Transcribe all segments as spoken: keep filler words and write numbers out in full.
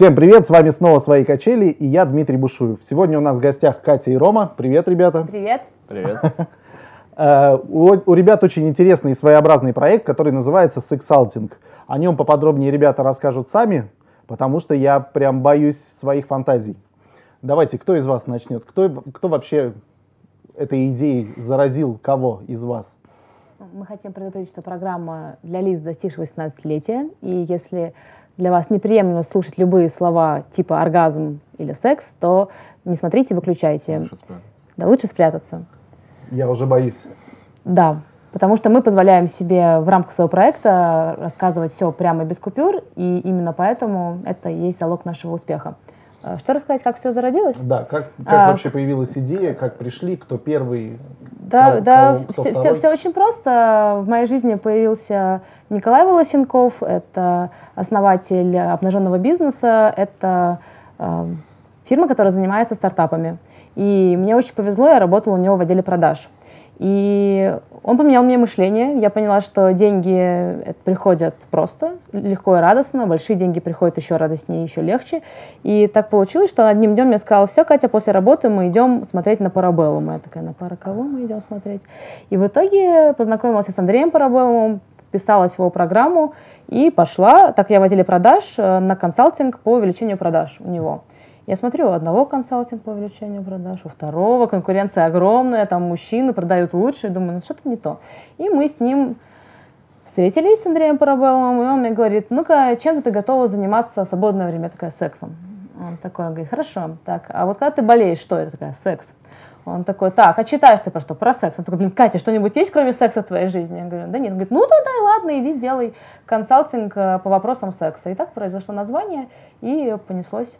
Всем привет, с вами снова «Свои качели» и я, Дмитрий Бушуев. Сегодня у нас в гостях Катя и Рома. Привет, ребята. Привет. Привет. У ребят очень интересный и своеобразный проект, который называется «Сексалтинг». О нем поподробнее ребята расскажут сами, потому что я прям боюсь своих фантазий. Давайте, кто из вас начнет? Кто, кто вообще этой идеей заразил кого из вас? Мы хотим предупредить, что программа для лиц, достигших восемнадцатилетия, и если для вас неприемлемо слушать любые слова типа оргазм или секс, то не смотрите, выключайте. Лучше спрятаться. Да, лучше спрятаться. Я уже боюсь. Да, потому что мы позволяем себе в рамках своего проекта рассказывать все прямо и без купюр, и именно поэтому это и есть залог нашего успеха. Что рассказать, как все зародилось? Да, как, как а, вообще появилась идея, как пришли, кто первый? Да, кого, да, кого, кто все, второй? все, все очень просто. В моей жизни появился Николай Волосенков, это основатель обнаженного бизнеса, это э, фирма, которая занимается стартапами. И мне очень повезло, я работала у него в отделе продаж. И он поменял мне мышление. Я поняла, что деньги приходят просто, легко и радостно. Большие деньги приходят еще радостнее, еще легче. И так получилось, что одним днем мне сказала: все, Катя, после работы мы идем смотреть на Парабеллум. Я такая: на пара кого мы идем смотреть? И в итоге познакомилась с Андреем Парабеллумом, вписалась в его программу и пошла, так я в отделе продаж, на консалтинг по увеличению продаж у него. Я смотрю, у одного консалтинг по увеличению продаж, у второго конкуренция огромная, там мужчины продают лучше, и думаю, ну что-то не то. И мы с ним встретились, с Андреем Парабеллумом, и он мне говорит: ну-ка, чем ты готова заниматься в свободное время? Я такая: сексом. Он такой говорит: хорошо, так, а вот когда ты болеешь, что это? Такая: секс. Он такой: так, а читаешь ты про что? Про секс. Он такой: блин, Катя, что-нибудь есть, кроме секса в твоей жизни? Я говорю: да нет. Он говорит: ну тогда и ладно, иди делай консалтинг по вопросам секса. И так произошло название, и понеслось.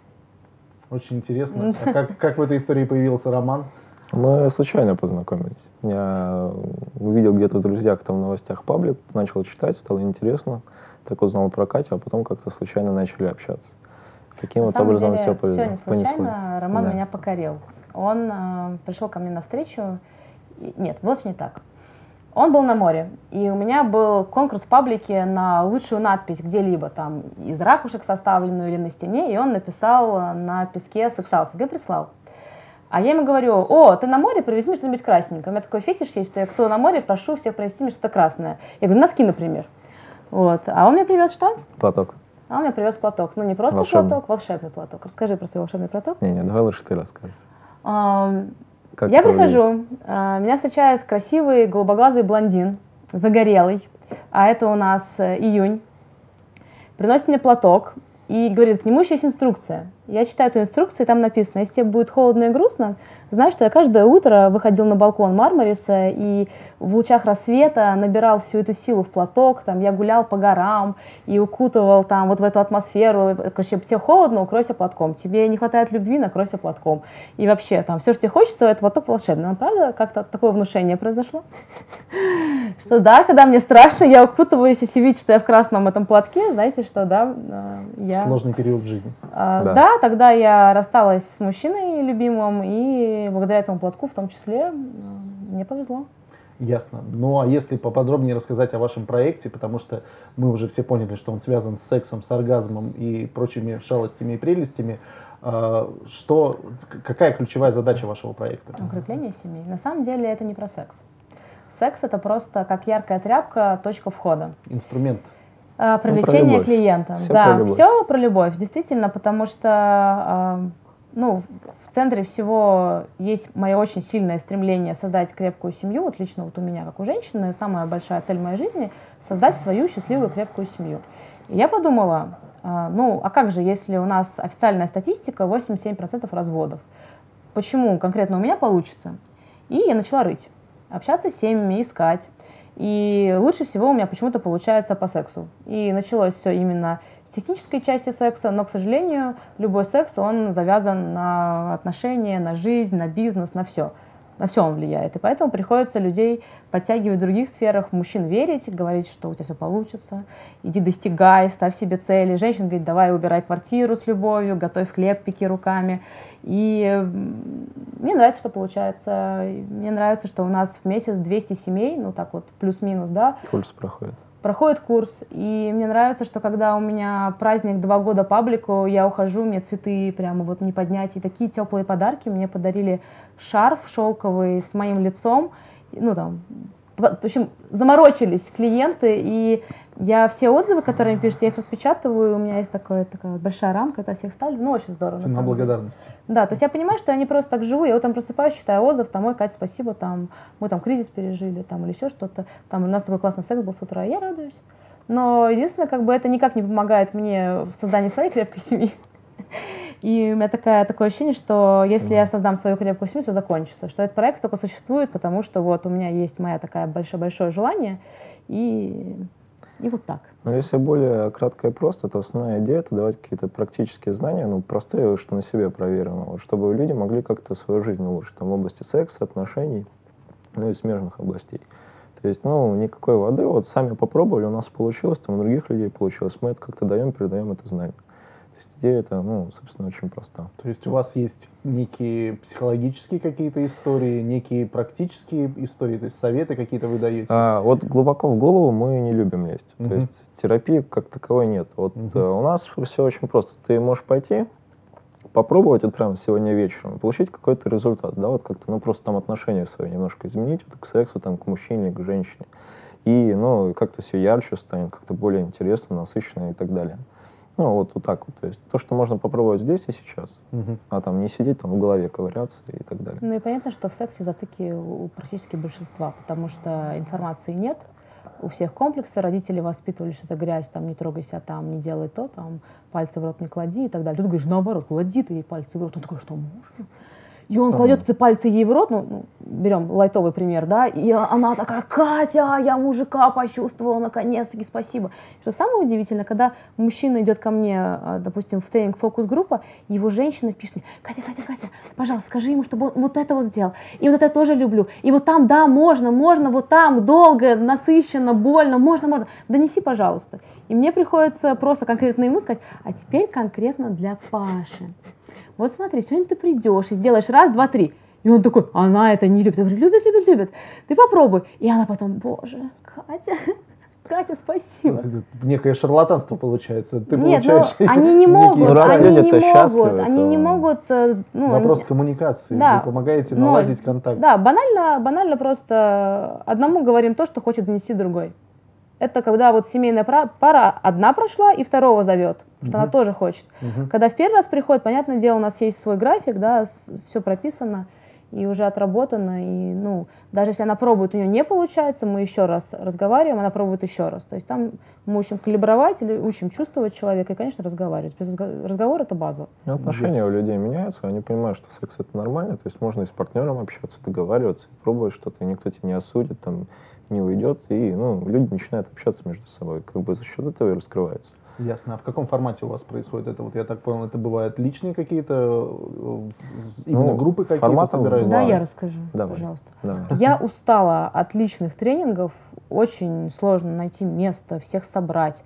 Очень интересно. А как, как в этой истории появился Роман? Мы случайно познакомились. Я увидел где-то в друзьях, там в новостях паблик, начал читать, стало интересно. Так узнал про Катю, а потом как-то случайно начали общаться. Таким На вот самом образом деле, все повезло. все не случайно. Понеслось. Роман Да. меня покорил. Он э, пришел ко мне навстречу. И, нет, вот не так. Он был на море, и у меня был конкурс в паблике на лучшую надпись где-либо, там, из ракушек составленную или на стене, и он написал на песке «Сексалтинг» и прислал. А я ему говорю: о, ты на море, привези мне что-нибудь красненькое. У меня такой фетиш есть, что я, кто на море, прошу всех принести мне что-то красное. Я говорю: носки, например. Вот. А он мне привез что? Платок. А он мне привез платок. Ну, не просто волшебный. платок, волшебный платок. Расскажи про свой волшебный платок. Не, не, давай лучше ты расскажешь. Um, Как я это прихожу, uh, меня встречает красивый голубоглазый блондин, загорелый, а это у нас uh, июнь, приносит мне платок и говорит: к нему еще есть инструкция. Я читаю эту инструкцию, и там написано: если тебе будет холодно и грустно, знаешь, что я каждое утро выходил на балкон Мармариса и в лучах рассвета набирал всю эту силу в платок, там, я гулял по горам и укутывал там вот в эту атмосферу. Короче, тебе холодно, укройся платком, тебе не хватает любви, накройся платком. И вообще, там, все, что тебе хочется, это платок волшебный. Но, правда, как-то такое внушение произошло? Что да, когда мне страшно, я укутываюсь, если видите, что я в красном этом платке, знаете, что да, я... Сложный период в жизни. Да, тогда я рассталась с мужчиной любимым, и благодаря этому платку в том числе мне повезло. Ясно. Ну а если поподробнее рассказать о вашем проекте, потому что мы уже все поняли, что он связан с сексом, с оргазмом и прочими шалостями и прелестями, что, какая ключевая задача вашего проекта? Укрепление семьи. На самом деле это не про секс. Секс — это просто как яркая тряпка, точка входа. Инструмент. Привлечение ну, клиента. Все да, про все про любовь, действительно, потому что ну, в центре всего есть мое очень сильное стремление создать крепкую семью. Вот лично вот у меня, как у женщины, самая большая цель моей жизни — создать свою счастливую крепкую семью. И я подумала: ну, а как же, если у нас официальная статистика восемьдесят семь процентов разводов? Почему конкретно у меня получится? И я начала рыть, общаться с семьями, искать. И лучше всего у меня почему-то получается по сексу. И началось все именно с технической части секса, но, к сожалению, любой секс, он завязан на отношения, на жизнь, на бизнес, на все. На все он влияет. И поэтому приходится людей подтягивать в других сферах, мужчин верить, говорить, что у тебя все получится, иди достигай, ставь себе цели. Женщин говорит: давай убирай квартиру с любовью, готовь хлеб, пеки руками. И мне нравится, что получается. Мне нравится, что у нас в месяц двести семей, ну так вот, плюс-минус, да. Курс проходит. проходит курс, и мне нравится, что когда у меня праздник два года паблику, я ухожу, мне цветы прямо вот не поднять, и такие теплые подарки. Мне подарили шарф шелковый с моим лицом, ну там, в общем, заморочились клиенты, и я все отзывы, которые мне пишут, я их распечатываю, у меня есть такая, такая вот большая рамка, это всех ставлю, ну, очень здорово. На благодарности. Да, то есть я понимаю, что я не просто так живу, я вот там просыпаюсь, читаю отзыв, там, ой, Катя, спасибо, там, мы там кризис пережили, там, или еще что-то, там, у нас такой классный секс был с утра, и я радуюсь. Но единственное, как бы это никак не помогает мне в создании своей крепкой семьи. И у меня такая, такое ощущение, что если я создам свою крепкую семью, все закончится, что этот проект только существует, потому что вот у меня есть моя такая большое-большое желание, и, и вот так. Но если более кратко и просто, то основная идея — это давать какие-то практические знания, ну, простые, что на себе проверено, вот, чтобы люди могли как-то свою жизнь улучшить, там, в области секса, отношений, ну, и смежных областей. То есть, ну, никакой воды, вот сами попробовали, у нас получилось, там, у других людей получилось, мы это как-то даем, передаем это знание. То есть идея это, ну, собственно, очень проста. То есть у вас есть некие психологические какие-то истории, некие практические истории, то есть советы какие-то вы даете? А, вот глубоко в голову мы не любим лезть. Угу. То есть терапии как таковой нет. Вот Угу. у нас все очень просто. Ты можешь пойти, попробовать вот прямо сегодня вечером, получить какой-то результат, да, вот как-то, ну, просто там отношения свои немножко изменить, вот, к сексу, там, к мужчине, к женщине. И, ну, как-то все ярче станет, как-то более интересно, насыщенно и так далее. Ну, вот, вот так вот. То есть то, что можно попробовать здесь и сейчас, Угу. а там не сидеть там в голове ковыряться и так далее. Ну и понятно, что в сексе затыки у практически большинства, потому что информации нет, у всех комплексы, родители воспитывали, что это грязь, там, не трогайся, там, не делай то, там, пальцы в рот не клади и так далее. Тут говоришь, наоборот, клади ты ей пальцы в рот. Он такой, что можно? И он Ага. кладет эти пальцы ей в рот, ну, ну, берем лайтовый пример, да, и она такая, Катя, я мужика почувствовала, наконец-таки, спасибо. Что самое удивительное, когда мужчина идет ко мне, допустим, в тренинг фокус-группа, его женщина пишет мне, Катя, Катя, Катя, пожалуйста, скажи ему, чтобы он вот это вот сделал, и вот это я тоже люблю, и вот там, да, можно, можно, вот там, долго, насыщенно, больно, можно, можно, донеси, пожалуйста. И мне приходится просто конкретно ему сказать, а теперь конкретно для Паши. Вот смотри, сегодня ты придешь и сделаешь раз, два, три. И он такой, она это не любит. Я говорю, любит, любит, любит. Ты попробуй. И она потом, боже, Катя, Катя, спасибо. Некое шарлатанство получается. Ты Нет, получаешь ну, они не могут, некие- Ну, раз они люди-то не счастливы, могут, они то- не могут, э, ну, Вопрос они- коммуникации. Да. Вы помогаете Ноль. наладить контакт. Да, банально, банально просто одному говорим то, что хочет донести другой. Это когда вот семейная пара, пара одна прошла и второго зовет, потому что Мгм. она тоже хочет. Мгм. Когда в первый раз приходит, понятное дело, у нас есть свой график, да, все прописано и уже отработано. И, ну, даже если она пробует, у нее не получается, мы еще раз разговариваем, она пробует еще раз. То есть там мы учим калибровать или учим чувствовать человека и, конечно, разговаривать. Без разго- разговора это база. Ну, отношения у людей меняются, они понимают, что секс — это нормально, то есть можно и с партнером общаться, договариваться, пробовать что-то, и никто тебя не осудит, там, не уйдет, и, ну, люди начинают общаться между собой, как бы за счет этого и раскрывается. Ясно. А в каком формате у вас происходит это? Вот я так понял, это бывают личные какие-то, э, именно Ну, группы какие-то форматом собираются? Да, Давай. я расскажу, Давай. пожалуйста. Давай. Я устала от личных тренингов, очень сложно найти место, всех собрать.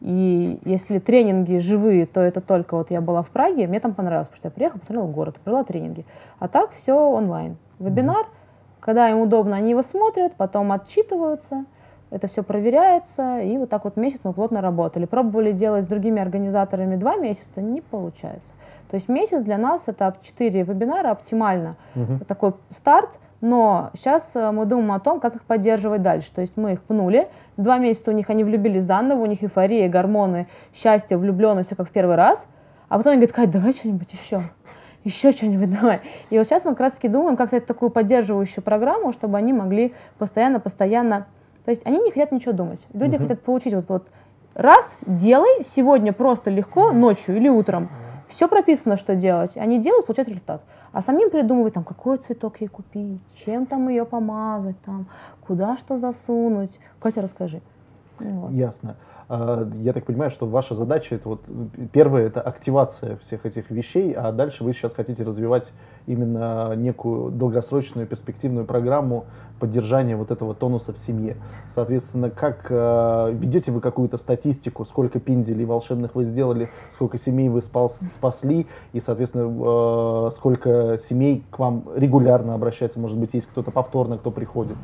И если тренинги живые, то это только вот я была в Праге, мне там понравилось, потому что я приехала, посмотрела город, провела тренинги. А так все онлайн. Вебинар, когда им удобно, они его смотрят, потом отчитываются, это все проверяется, и вот так вот месяц мы плотно работали. Пробовали делать с другими организаторами два месяца, не получается. То есть месяц для нас это четыре вебинара оптимально, Мгм. такой старт, но сейчас мы думаем о том, как их поддерживать дальше. То есть мы их пнули, два месяца у них они влюбились заново, у них эйфория, гормоны, счастье, влюбленность, все как в первый раз, а потом они говорят, Кать, давай что-нибудь еще. Еще что-нибудь давай. И вот сейчас мы как раз-таки думаем, как создать такую поддерживающую программу, чтобы они могли постоянно-постоянно... То есть они не хотят ничего думать. Люди Мгм. хотят получить вот, вот раз, делай, сегодня просто легко, ночью или утром. Все прописано, что делать. Они делают, получают результат. А самим придумывать, там, какой цветок ей купить, чем там ее помазать, там, куда что засунуть. Катя, расскажи. Вот. Ясно. А, Я так понимаю, что ваша задача, это вот первое, это активация всех этих вещей, а дальше вы сейчас хотите развивать именно некую долгосрочную перспективную программу поддержания вот этого тонуса в семье. Соответственно, как э, ведете вы какую-то статистику, сколько пинделей волшебных вы сделали, сколько семей вы спас, спасли, и, соответственно, э, сколько семей к вам регулярно обращается, может быть, есть кто-то повторно, кто приходит?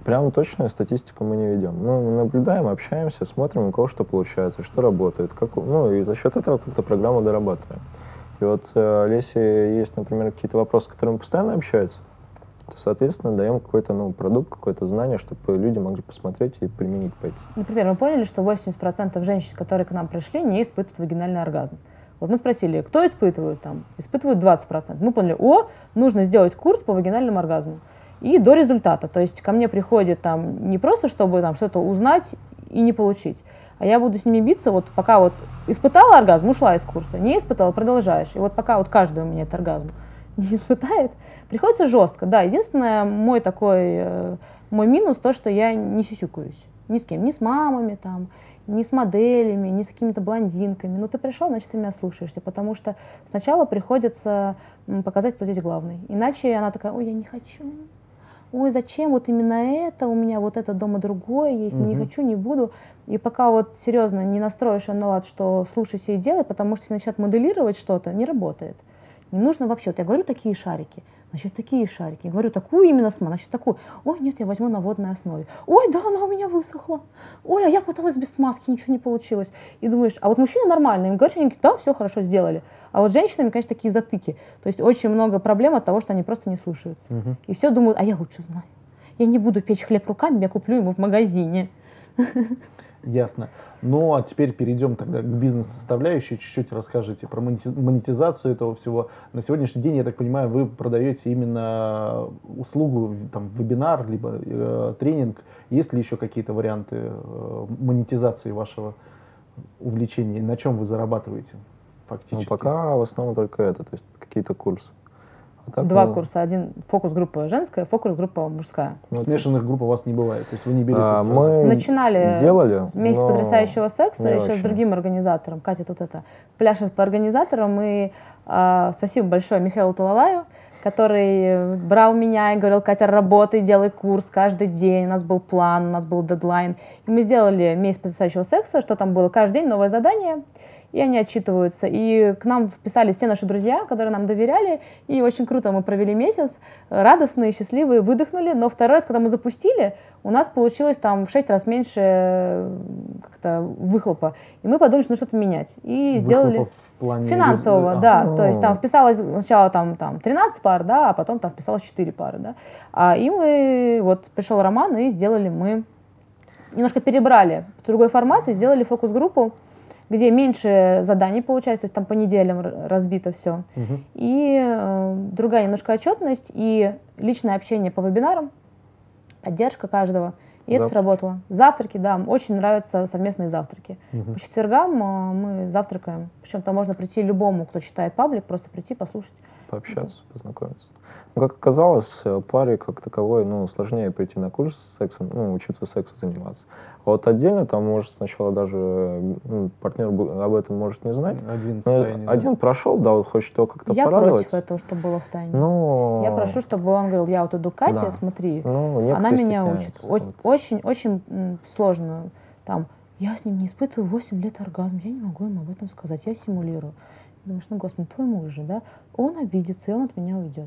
Прям точную статистику мы не ведем. Ну, наблюдаем, общаемся, смотрим, у кого что получается, что работает, как, ну, и за счет этого как-то программу дорабатываем. И вот э, если есть, например, какие-то вопросы, с которыми постоянно общаются, то, соответственно, даем какой-то ну, продукт, какое-то знание, чтобы люди могли посмотреть и применить пойти. Например, мы поняли, что восемьдесят процентов женщин, которые к нам пришли, не испытывают вагинальный оргазм. Вот мы спросили, кто испытывает там? Испытывают двадцать процентов. Мы поняли, о, нужно сделать курс по вагинальному оргазму. И до результата. То есть ко мне приходит там не просто, чтобы там что-то узнать и не получить, а я буду с ними биться, вот пока вот испытала оргазм, ушла из курса, не испытала, продолжаешь. И вот пока вот каждый у меня этот оргазм не испытает, приходится жестко. Да, единственное, мой такой, э, мой минус, то, что я не сюсюкаюсь. Ни с кем, ни с мамами там, ни с моделями, ни с какими-то блондинками. Ну, ты пришел, значит, ты меня слушаешься, потому что сначала приходится показать, кто здесь главный. Иначе она такая, ой, я не хочу. Ой, зачем вот именно это, у меня вот это дома другое есть, угу. не хочу, не буду. И пока вот серьезно не настроишь на лад, что слушайся и делай, потому что если начать моделировать что-то, не работает. Не нужно вообще, вот я говорю такие шарики, значит такие шарики. Я говорю такую именно смазку, значит такую. Ой, нет, я возьму на водной основе. Ой, да, она у меня высохла. Ой, а я пыталась без смазки, ничего не получилось. И думаешь, а вот мужчины нормальные, им говорят, они говорят, да, все хорошо сделали. А вот с женщинами, конечно, такие затыки. То есть очень много проблем от того, что они просто не слушаются. Угу. И все думают, а я лучше знаю. Я не буду печь хлеб руками, я куплю его в магазине. Ясно. Ну, а теперь перейдем тогда к бизнес-составляющей. Чуть-чуть расскажите про монетизацию этого всего. На сегодняшний день, я так понимаю, вы продаете именно услугу, там, вебинар, либо э, тренинг. Есть ли еще какие-то варианты э, монетизации вашего увлечения? На чем вы зарабатываете фактически? Ну, пока в основном только это, то есть какие-то курсы. А так, Два ну... курса. Один фокус-группа женская, фокус-группа мужская. Ну, смешанных групп у вас не бывает, то есть вы не берете а, сразу. Мы начинали делали, месяц но... потрясающего секса еще очень. с другим организатором. Катя тут это пляшет по организаторам. И а, спасибо большое Михаилу Талалаю, который брал меня и говорил, Катя, работай, делай курс каждый день. У нас был план, у нас был дедлайн. И мы сделали месяц потрясающего секса, что там было каждый день, новое задание. И они отчитываются. И к нам вписались все наши друзья, которые нам доверяли. И очень круто мы провели месяц, радостные, счастливые, выдохнули. Но второй раз, когда мы запустили, у нас получилось там в шесть раз меньше как-то выхлопа. И мы подумали, что нужно что-то менять. И Выхлопа сделали в плане финансового, а, да. а, То есть там вписалось сначала там, там тринадцать пар, да, а потом там вписалось четыре пары, да. А, и мы, вот пришел Роман, и сделали мы, немножко перебрали в другой формат и сделали фокус-группу, где меньше заданий получается, то есть там по неделям разбито все. Угу. И э, другая немножко отчетность, и личное общение по вебинарам, поддержка каждого. И Завтраки. Это сработало. Завтраки, да, очень нравятся совместные завтраки. Угу. По четвергам э, мы завтракаем. Причем там можно прийти любому, кто читает паблик, просто прийти, послушать. Пообщаться, угу. познакомиться. Ну, как оказалось, паре как таковой, ну, сложнее прийти на курс с сексом, ну, учиться сексу заниматься. А вот отдельно там может сначала даже ну, партнер об этом может не знать. Один, тайне, один да. прошел, да, вот хочет его как-то я порадовать. Я против этого, чтобы было в тайне. Но... Я прошу, чтобы он говорил, я вот иду к Кате, да. смотри, ну, она меня учит. Вот. Очень, очень м, сложно. Там, я с ним не испытываю восемь лет оргазм, я не могу ему об этом сказать, я симулирую. Думаешь, ну, господи, твой муж же, да? Он обидится, и он от меня уйдет.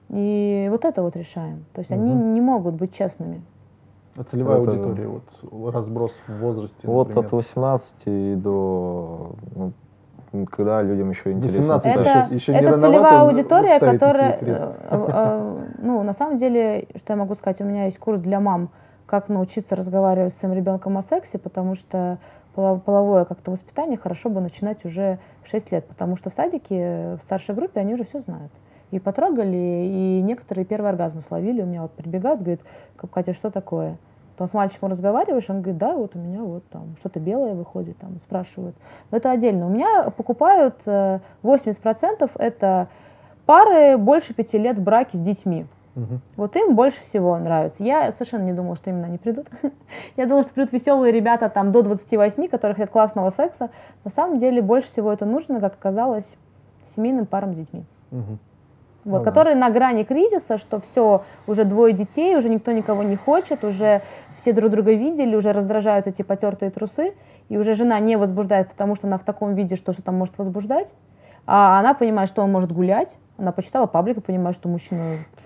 И вот это вот решаем. То есть угу. они не могут быть честными. А целевая это, аудитория, вот разброс в возрасте, вот например. От восемнадцати до, ну, когда людям еще интересно. восемнадцать это, еще, еще это не целевая аудитория, которая, э, э, ну, на самом деле, что я могу сказать, у меня есть курс для мам, как научиться разговаривать с своим ребенком о сексе, потому что половое как-то воспитание хорошо бы начинать уже в шесть лет, потому что в садике, в старшей группе они уже все знают. И потрогали, и некоторые первые оргазмы словили. У меня вот прибегают, говорит, Катя, что такое? Там с мальчиком разговариваешь, он говорит, да, вот у меня вот там что-то белое выходит, там спрашивают. Но это отдельно. У меня покупают восемьдесят процентов это пары больше пяти лет в браке с детьми. Угу. Вот им больше всего нравится. Я совершенно не думала, что именно они придут. Я думала, что придут веселые ребята там до двадцати восьми, которых нет классного секса. На самом деле больше всего это нужно, как оказалось, семейным парам с детьми. Угу. Вот, ага. которые на грани кризиса, что все, уже двое детей, уже никто никого не хочет, уже все друг друга видели, уже раздражают эти потертые трусы, и уже жена не возбуждает, потому что она в таком виде, что что-то может возбуждать, а она понимает, что он может гулять, она почитала паблик и понимает, что мужчина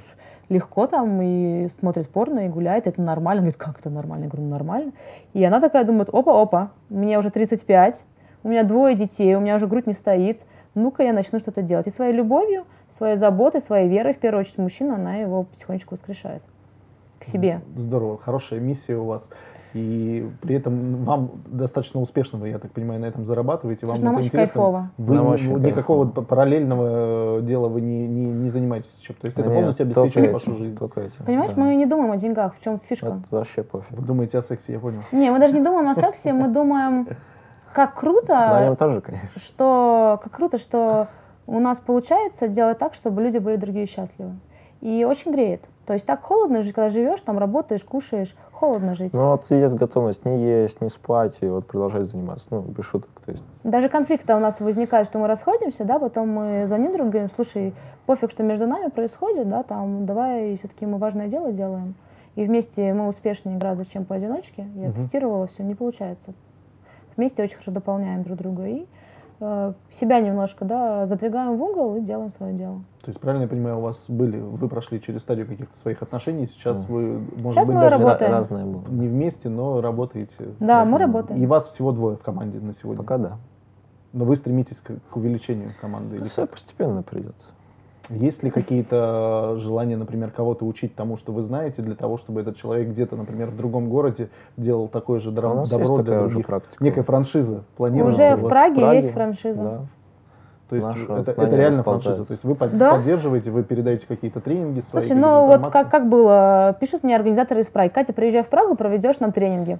легко там и смотрит порно, и гуляет, это нормально. Говорит, как это нормально? Я говорю, ну нормально. И она такая думает, опа-опа, мне уже тридцать пять, у меня двое детей, у меня уже грудь не стоит, ну-ка я начну что-то делать. И своей любовью, своей заботой, своей верой, в первую очередь мужчина, она его потихонечку воскрешает к себе. Здорово, хорошая миссия у вас. И при этом вам достаточно успешно, вы, я так понимаю, на этом зарабатываете. Вам Слушай, нам это очень интересно. кайфово. Вы Нам ни- очень ну, никакого кайфово. параллельного дела вы не, не, не занимаетесь. чем. То есть это Нет, полностью только обеспечивает этим, вашу жизнь. Только этим. Понимаешь, да. мы не думаем о деньгах, в чем фишка. Это вообще пофиг. Вы думаете о сексе, я понял. Не, мы даже не думаем о сексе, мы думаем, как На круто, нем тоже, конечно. что, как круто, что у нас получается делать так, чтобы люди были другие счастливы. И очень греет. То есть так холодно жить, когда живешь, там работаешь, кушаешь, холодно жить. Ну вот есть готовность не есть, не спать и вот продолжать заниматься. Ну, без шуток. То есть, Даже конфликты у нас возникают, что мы расходимся, да, потом мы звоним друг другу, говорим, слушай, пофиг, что между нами происходит, да, там, давай все-таки мы важное дело делаем. И вместе мы успешнее гораздо, чем поодиночке. Я Мгм. тестировала, все не получается. Вместе очень хорошо дополняем друг друга и э, себя немножко, да, задвигаем в угол и делаем свое дело. То есть, правильно я понимаю, у вас были, вы прошли через стадию каких-то своих отношений, сейчас Мгм. вы, может Сейчас быть, мы даже работаем. разное было. не вместе, но работаете. Да, мы Разное. работаем. И вас всего двое в команде на сегодня. Пока да. Но вы стремитесь к, к увеличению команды. Или Все как? постепенно придется. Есть ли какие-то желания, например, кого-то учить тому, что вы знаете, для того, чтобы этот человек где-то, например, в другом городе делал такое же А у дро- нас добро есть для такая уже других? практика. Некая франшиза планируется Уже у в вас? Праге, Праге, есть франшиза. Да. То есть Наше это, знание это реально расползается. франшиза. То есть вы под- Да. поддерживаете, вы передаете какие-то тренинги свои. Слушай, какие-то ну вот информации? как, как было, пишут мне организаторы из Праги, Катя, приезжай в Прагу, проведешь нам тренинги.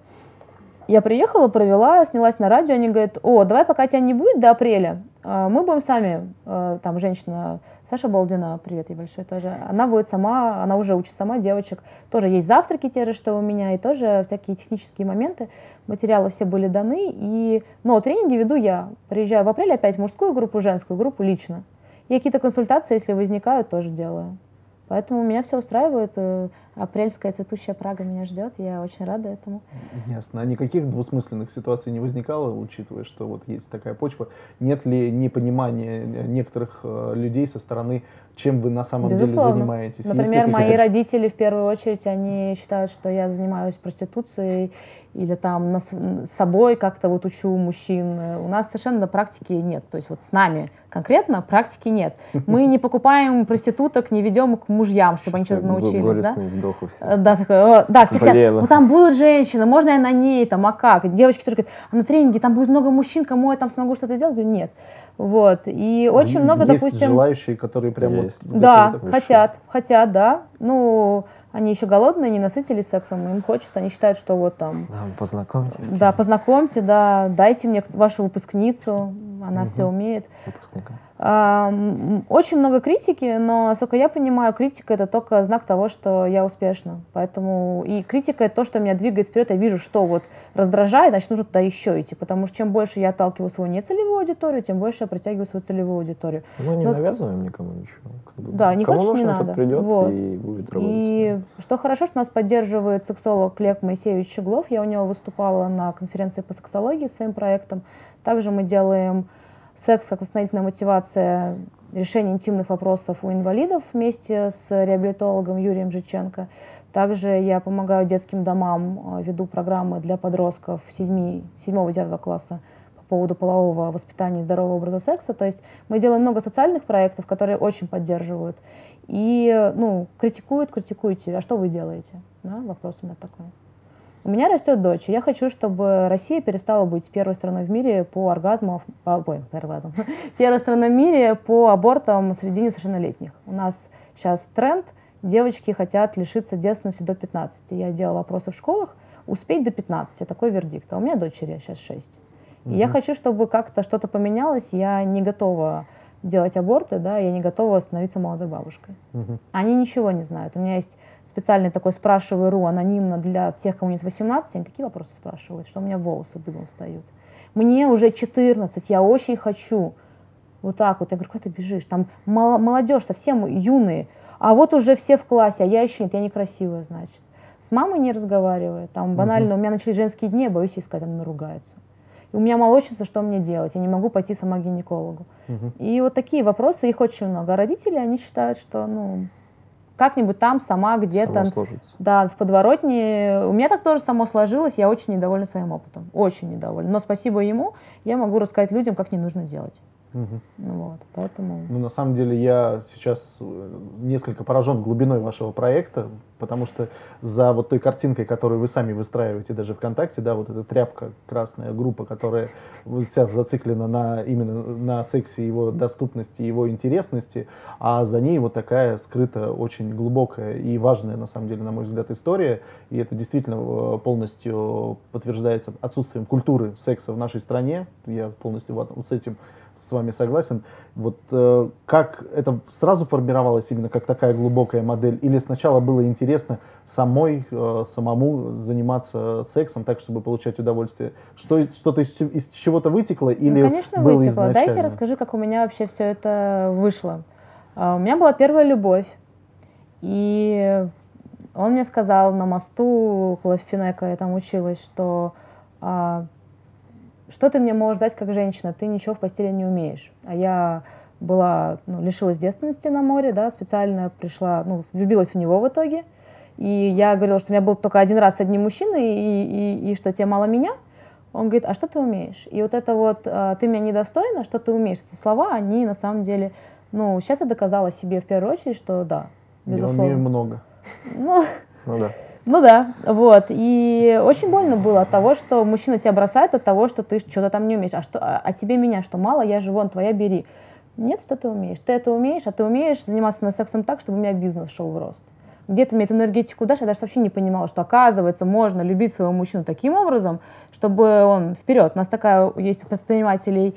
Я приехала, провела, снялась на радио, они говорят, о, давай пока тебя не будет до апреля, а, мы будем сами, а, там женщина, Саша Болдина, привет ей большой тоже, она будет сама, она уже учит сама девочек, тоже есть завтраки те же, что у меня, и тоже всякие технические моменты, материалы все были даны, и, но тренинги веду я, приезжаю в апреле опять мужскую группу, женскую группу лично, и какие-то консультации, если возникают, тоже делаю. Поэтому меня все устраивает. э, Апрельская цветущая Прага меня ждет. Я очень рада этому. Ясно. А никаких двусмысленных ситуаций не возникало, учитывая, что вот есть такая почва? Нет ли непонимания некоторых э, людей со стороны, чем вы на самом Безусловно. деле занимаетесь? Есть ли Например, мои какие-то- родители в первую очередь, они считают, что я занимаюсь проституцией или там нас- с собой как-то вот учу мужчин. У нас совершенно практики нет. То есть вот с нами конкретно практики нет. Мы не покупаем проституток, не ведем к мужьям, чтобы они Сейчас что-то так научились. Да? горестный вздох у всех. Э, Да, такой, о, да, все Блин. хотят, ну там будут женщины, можно я на ней, там, а как? И девочки тоже говорят, а на тренинге там будет много мужчин, кому я там смогу что-то сделать? Говорю, нет. Вот, и очень Есть много, допустим... желающие, которые прям вот Есть. готовы Да, такое хотят, хотят, да. Ну, они еще голодные, не насытились сексом, им хочется, они считают, что вот там, Да, познакомьтесь. да, познакомьте, да, дайте мне вашу выпускницу, она Мгм. все умеет. Выпускника. А, м, Очень много критики, но, насколько я понимаю, критика — это только знак того, что я успешна. Поэтому и критика — это то, что меня двигает вперед. Я вижу, что вот раздражает, значит, нужно туда еще идти. Потому что чем больше я отталкиваю свою нецелевую аудиторию, тем больше я притягиваю свою целевую аудиторию. Ну, не Ну, навязываем никому ничего. Как бы. Да, не Кому хочешь, не нужно, надо. тот придет Вот. и будет работать. И что хорошо, что нас поддерживает сексолог Лев Моисеевич Щеглов. Я у него выступала на конференции по сексологии с своим проектом. Также мы делаем секс как восстановительная мотивация, решение интимных вопросов у инвалидов вместе с реабилитологом Юрием Жиченко. Также я помогаю детским домам, э, веду программы для подростков седьмого-девятого класса по поводу полового воспитания и здорового образа секса. То есть мы делаем много социальных проектов, которые очень поддерживают. И ну, критикуют, критикуйте. А что вы делаете? Да, вопрос у меня такой. У меня растет дочь, и я хочу, чтобы Россия перестала быть первой страной в мире по оргазмам, по, ой, по оргазмам, первой страной в мире по абортам среди несовершеннолетних. У нас сейчас тренд, девочки хотят лишиться девственности до пятнадцати. Я делала опросы в школах, успеть до пятнадцати, такой вердикт. А у меня дочери сейчас шесть. И я Мгм. хочу, чтобы как-то что-то поменялось. Я не готова делать аборты, да, я не готова становиться молодой бабушкой. Мгм. Они ничего не знают. У меня есть специальный такой «спрашивай.ру» анонимно для тех, кому нет восемнадцати, они такие вопросы спрашивают, что у меня волосы дыбом встают. Мне уже четырнадцать, я очень хочу. Вот так вот. Я говорю, куда ты бежишь? Там мало- молодежь, совсем юные. А вот уже все в классе, а я еще нет, я некрасивая, значит. С мамой не разговариваю. Там банально, у меня начались женские дни, я боюсь ей сказать, она наругается. И у меня молочница, что мне делать? Я не могу пойти сама к гинекологу. Мгм. И вот такие вопросы, их очень много. А родители, они считают, что, ну, как-нибудь там сама где-то, да, в подворотне. У меня так тоже само сложилось, я очень недовольна своим опытом, очень недовольна. Но спасибо ему, я могу рассказать людям, как не нужно делать. Угу. Вот, поэтому... Ну, на самом деле я сейчас несколько поражен глубиной вашего проекта, потому что за вот той картинкой, которую вы сами выстраиваете даже ВКонтакте, да, вот эта тряпка, красная группа, которая вся зациклена на, именно на сексе, его доступности, его интересности, а за ней вот такая скрыта очень глубокая и важная, на самом деле, на мой взгляд, история, и это действительно полностью подтверждается отсутствием культуры секса в нашей стране, я полностью с этим с вами согласен. Вот э, как это сразу формировалось именно как такая глубокая модель, или сначала было интересно самой, э, самому заниматься сексом так, чтобы получать удовольствие? Что, что-то из, из чего-то вытекло или ну, конечно, было вытекло. изначально? Дайте я расскажу, как у меня вообще все это вышло. Uh, у меня была первая любовь, и он мне сказал на мосту около Финека, я там училась, что uh, что ты мне можешь дать как женщина, ты ничего в постели не умеешь. А я была, ну, лишилась девственности на море, да, специально пришла, ну, влюбилась в него в итоге. И я говорила, что у меня был только один раз с одним мужчиной, и, и, и что тебе мало меня. Он говорит, а что ты умеешь? И вот это вот, ты меня недостойна, что ты умеешь? Эти слова, они на самом деле, ну, сейчас я доказала себе в первую очередь, что да, безусловно. Я умею много. Ну, ну да. Ну да, вот. И очень больно было от того, что мужчина тебя бросает, от того, что ты что-то там не умеешь. А, что, а, а тебе меня что, мало? Я же вон, твоя, бери. Нет, что ты умеешь? Ты это умеешь, а ты умеешь заниматься на сексом так, чтобы у меня бизнес шел в рост. Где ты мне эту энергетику дашь? Я даже вообще не понимала, что, оказывается, можно любить своего мужчину таким образом, чтобы он вперед. У нас такая есть у предпринимателей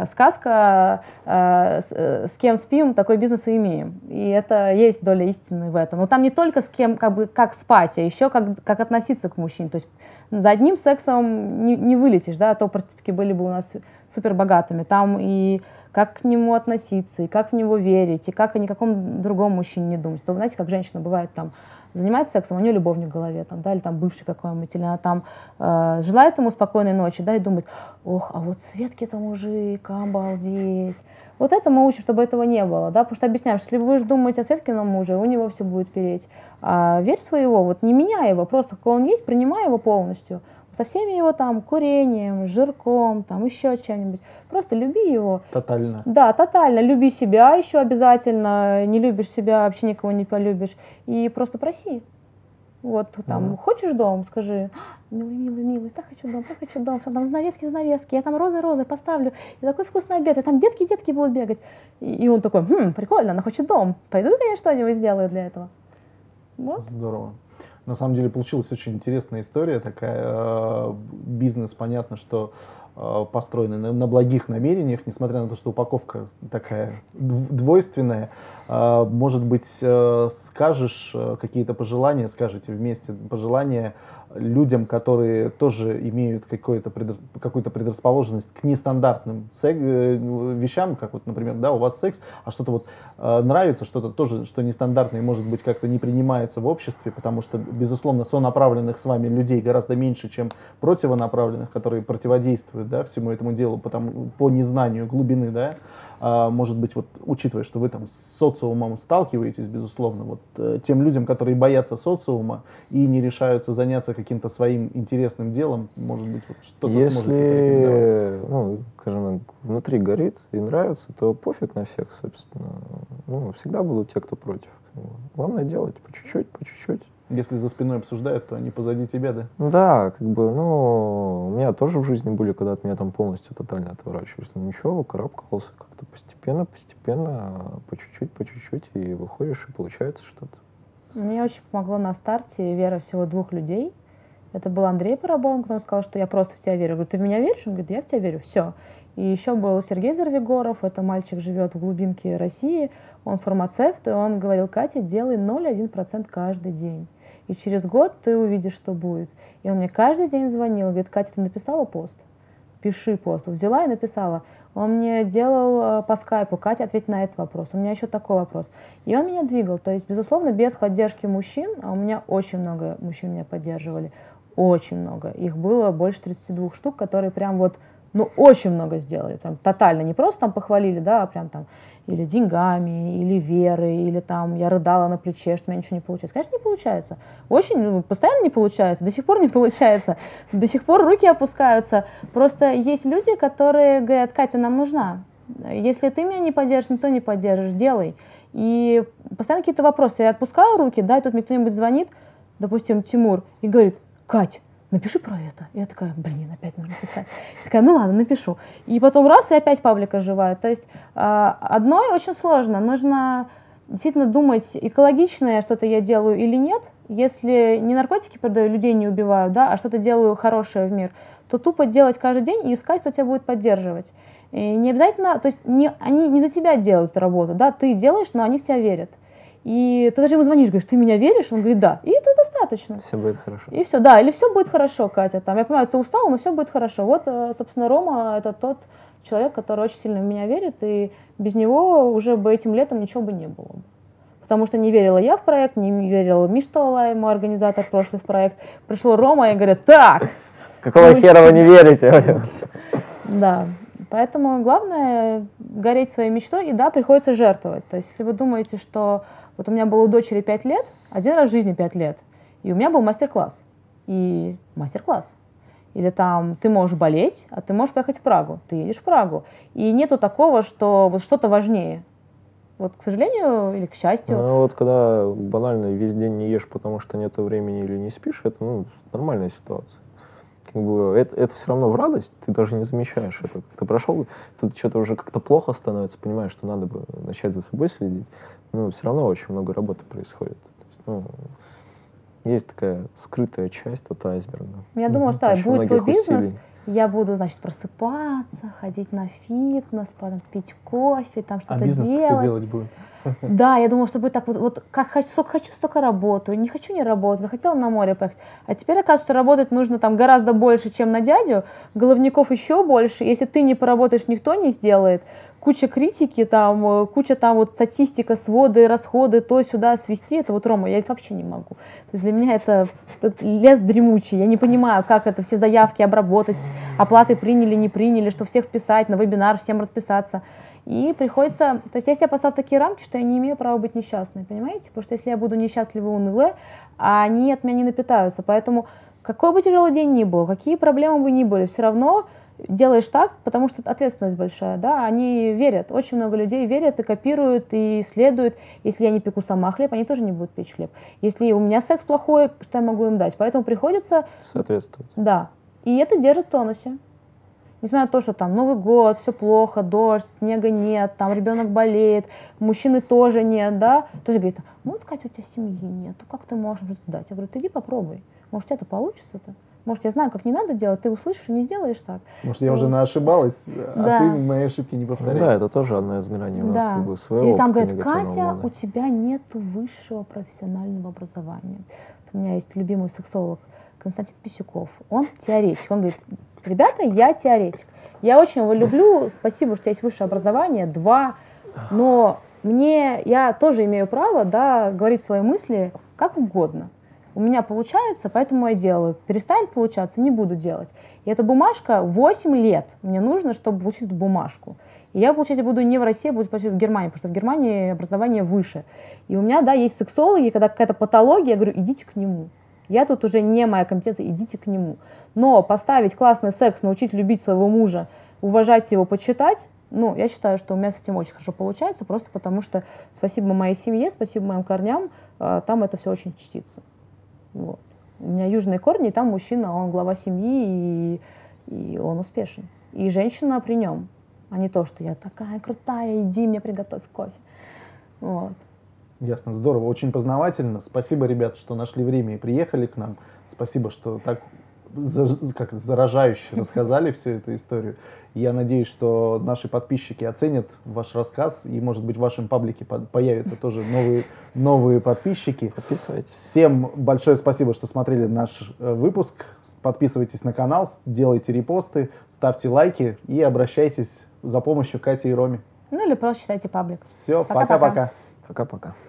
сказка, э, с, с кем спим, такой бизнес и имеем. И это есть доля истины в этом. Но там не только с кем, как бы, как спать, а еще как, как относиться к мужчине. То есть за одним сексом не, не вылетишь, да, а то проститутки были бы у нас супер богатыми. Там и как к нему относиться, и как в него верить, и как о никаком другом мужчине не думать. То, знаете, как женщина бывает там, занимается сексом, у нее любовник в голове, там, да, или там бывший какой-нибудь, или она там э, желает ему спокойной ночи, да, и думает, ох, а вот Светке-то мужик, обалдеть. Вот это мы учим, чтобы этого не было, да, потому что объясняем, что если вы будешь думать о Светкином муже, у него все будет переть. А верь своего, вот не меняй его, просто какой он есть, принимай его полностью. Со всеми его там курением, жирком, там еще чем-нибудь. Просто люби его. Тотально. Да, тотально. Люби себя еще обязательно. Не любишь себя, вообще никого не полюбишь. И просто проси. Вот там, mm-hmm. хочешь дом, скажи, милый, милый, милый, так хочу дом, так хочу дом, там занавески, занавески, я там розы-розы поставлю, и такой вкусный обед, и там детки-детки будут бегать. И, и он такой, хм, прикольно, она хочет дом, пойду, конечно, что-нибудь сделаю для этого. Вот. Здорово. На самом деле получилась очень интересная история, такая, бизнес, понятно, что построенный на, на благих намерениях, несмотря на то, что упаковка такая двойственная. Может быть, скажешь какие-то пожелания, скажете вместе пожелания людям, которые тоже имеют какую-то какую-то предрасположенность к нестандартным вещам, как вот, например, да, у вас секс, а что-то вот э, нравится, что-то тоже, что нестандартное, может быть, как-то не принимается в обществе, потому что, безусловно, сонаправленных с вами людей гораздо меньше, чем противонаправленных, которые противодействуют, да, всему этому делу потому, по незнанию глубины, да. Uh, может быть, вот, учитывая, что вы там с социумом сталкиваетесь, безусловно, вот, uh, тем людям, которые боятся социума и не решаются заняться каким-то своим интересным делом, может быть, вот, что-то Если, сможете порекомендовать? Ну, скажем, внутри горит и нравится, то пофиг на всех, собственно. Ну, всегда будут те, кто против. Главное делать по чуть-чуть, по чуть-чуть. Если за спиной обсуждают, то они позади тебя, да? Ну да, как бы, ну, у меня тоже в жизни были, когда от меня там полностью тотально отворачивались. Но ничего, карабкался как-то постепенно, постепенно, по чуть-чуть, по чуть-чуть, и выходишь, и получается что-то. Мне очень помогло на старте вера всего двух людей. Это был Андрей Парабон, который сказал, что я просто в тебя верю. Я говорю, ты в меня веришь? Он говорит, я в тебя верю, все. И еще был Сергей Зарвигоров, это мальчик живет в глубинке России, он фармацевт, и он говорил, Катя, делай ноль целых одна десятая процента каждый день. И через год ты увидишь, что будет. И он мне каждый день звонил, говорит, Катя, ты написала пост? Пиши пост. Взяла и написала. Он мне делал по скайпу, Катя, ответь на этот вопрос. У меня еще такой вопрос. И он меня двигал. То есть, безусловно, без поддержки мужчин, а у меня очень много мужчин меня поддерживали, очень много. Их было больше тридцати двух штук, которые прям вот ну, очень много сделали, прям тотально, не просто там похвалили, да, а прям там или деньгами, или верой, или там я рыдала на плече, что у меня ничего не получается. Конечно, не получается. Очень, ну, постоянно не получается, до сих пор не получается, до сих пор руки опускаются. Просто есть люди, которые говорят: Кать, ты нам нужна. Если ты меня не поддержишь, никто не поддержишь, делай. И постоянно какие-то вопросы. Я отпускаю руки, да, и тут мне кто-нибудь звонит, допустим, Тимур, и говорит: Кать, напиши про это. И я такая: блин, опять нужно писать. Я такая: ну ладно, напишу. И потом раз, и опять паблик оживает. То есть одной очень сложно. Нужно действительно думать, экологичное что-то я делаю или нет. Если не наркотики продаю, людей не убиваю, да, а что-то делаю хорошее в мир, то тупо делать каждый день и искать, кто тебя будет поддерживать. И не обязательно, то есть не, они не за тебя делают эту работу, да, ты делаешь, но они в тебя верят. И ты даже ему звонишь, говоришь: ты меня веришь? Он говорит: да. И это достаточно. Все будет хорошо. И все, да, или все будет хорошо, Катя. Там, я понимаю, ты устала, но все будет хорошо. Вот, собственно, Рома — это тот человек, который очень сильно в меня верит, и без него уже бы этим летом ничего бы не было. Потому что не верила я в проект, не верила Миша Талалай, мой организатор прошлый в проект. Пришел Рома и говорит: так! Какого хера вы не верите? Да. Поэтому главное гореть своей мечтой, и да, приходится жертвовать. То есть, если вы думаете, что вот у меня было у дочери пять лет, один раз в жизни пять лет, и у меня был мастер-класс. И мастер-класс. Или там ты можешь болеть, а ты можешь поехать в Прагу. Ты едешь в Прагу. И нету такого, что вот что-то важнее. Вот, к сожалению или к счастью. Ну вот когда банально весь день не ешь, потому что нет времени или не спишь, это, ну, нормальная ситуация. Как бы это, это все равно в радость, ты даже не замечаешь это. Ты прошел, тут что-то уже как-то плохо становится, понимаешь, что надо бы начать за собой следить. Ну, все равно очень много работы происходит. То есть, ну, есть такая скрытая часть от айсберга. Я думала, что Очень будет свой многих бизнес, усилий. я буду, значит, просыпаться, ходить на фитнес, потом пить кофе, там А что-то бизнес делать. ты делать будет? Да, я думала, что будет так вот, вот как хочу, сколько хочу, столько работаю, не хочу, не работаю, захотела на море поехать. А теперь оказывается, что работать нужно там гораздо больше, чем на дядю, головников еще больше. Если ты не поработаешь, никто не сделает. Куча критики, там, куча там вот статистика, своды, расходы, то сюда свести. Это вот, Рома, я это вообще не могу. То есть для меня это, это лес дремучий. Я не понимаю, как это все заявки обработать, оплаты приняли, не приняли, что всех вписать, на вебинар всем расписаться. И приходится, то есть я себе поставила такие рамки, что я не имею права быть несчастной, понимаете? Потому что если я буду несчастлива и унылая, они от меня не напитаются. Поэтому какой бы тяжелый день ни был, какие проблемы бы ни были, все равно делаешь так, потому что ответственность большая, да, они верят, очень много людей верят и копируют, и следуют. Если я не пеку сама хлеб, они тоже не будут печь хлеб. Если у меня секс плохой, что я могу им дать? Поэтому приходится... Соответствовать. Да, и это держит в тонусе. Несмотря на то, что там Новый год, все плохо, дождь, снега нет, там ребенок болеет, мужчины тоже нет, да, тоже говорит: вот, Катя, у тебя семьи нет, как ты можешь что-то дать? Я говорю: ты иди попробуй, может, у тебя это получится-то? Может, я знаю, как не надо делать, ты услышишь и не сделаешь так. Может, я уже наошибалась, а Да. ты мои ошибки не Ну повторяй. да, это тоже одна из граней у нас, Да. как бы, своего Или там опыта говорят: негативного Катя, мода. у тебя нет высшего профессионального образования. У меня есть любимый сексолог Константин Писюков. Он теоретик. Он говорит: ребята, я теоретик. Я очень его люблю. Спасибо, что у тебя есть высшее образование. Два. Но мне, я тоже имею право, да, говорить свои мысли как угодно. У меня получается, поэтому я делаю. Перестанет получаться, не буду делать. И эта бумажка восемь лет мне нужно, чтобы получить эту бумажку. И я получать буду не в России, а буду получать в Германии, потому что в Германии образование выше. И у меня, да, есть сексологи, когда какая-то патология, я говорю: идите к нему. Я тут уже не моя компетенция, идите к нему. Но поставить классный секс, научить любить своего мужа, уважать его, почитать, ну, я считаю, что у меня с этим очень хорошо получается, просто потому что спасибо моей семье, спасибо моим корням, там это все очень чтится. Вот. У меня южные корни, и там мужчина, он глава семьи, и, и он успешен. И женщина при нем, а не то, что я такая крутая, иди мне приготовь кофе. Вот. Ясно, здорово, очень познавательно. Спасибо, ребят, что нашли время и приехали к нам. Спасибо, что так за- как, заражающе рассказали всю эту историю. Я надеюсь, что наши подписчики оценят ваш рассказ, и, может быть, в вашем паблике по- появятся тоже новые, новые подписчики. Подписывайтесь. Всем большое спасибо, что смотрели наш э, выпуск. Подписывайтесь на канал, делайте репосты, ставьте лайки и обращайтесь за помощью к Кате и Роме. Ну или просто читайте паблик. Все, Пока-пока. пока-пока. Пока-пока.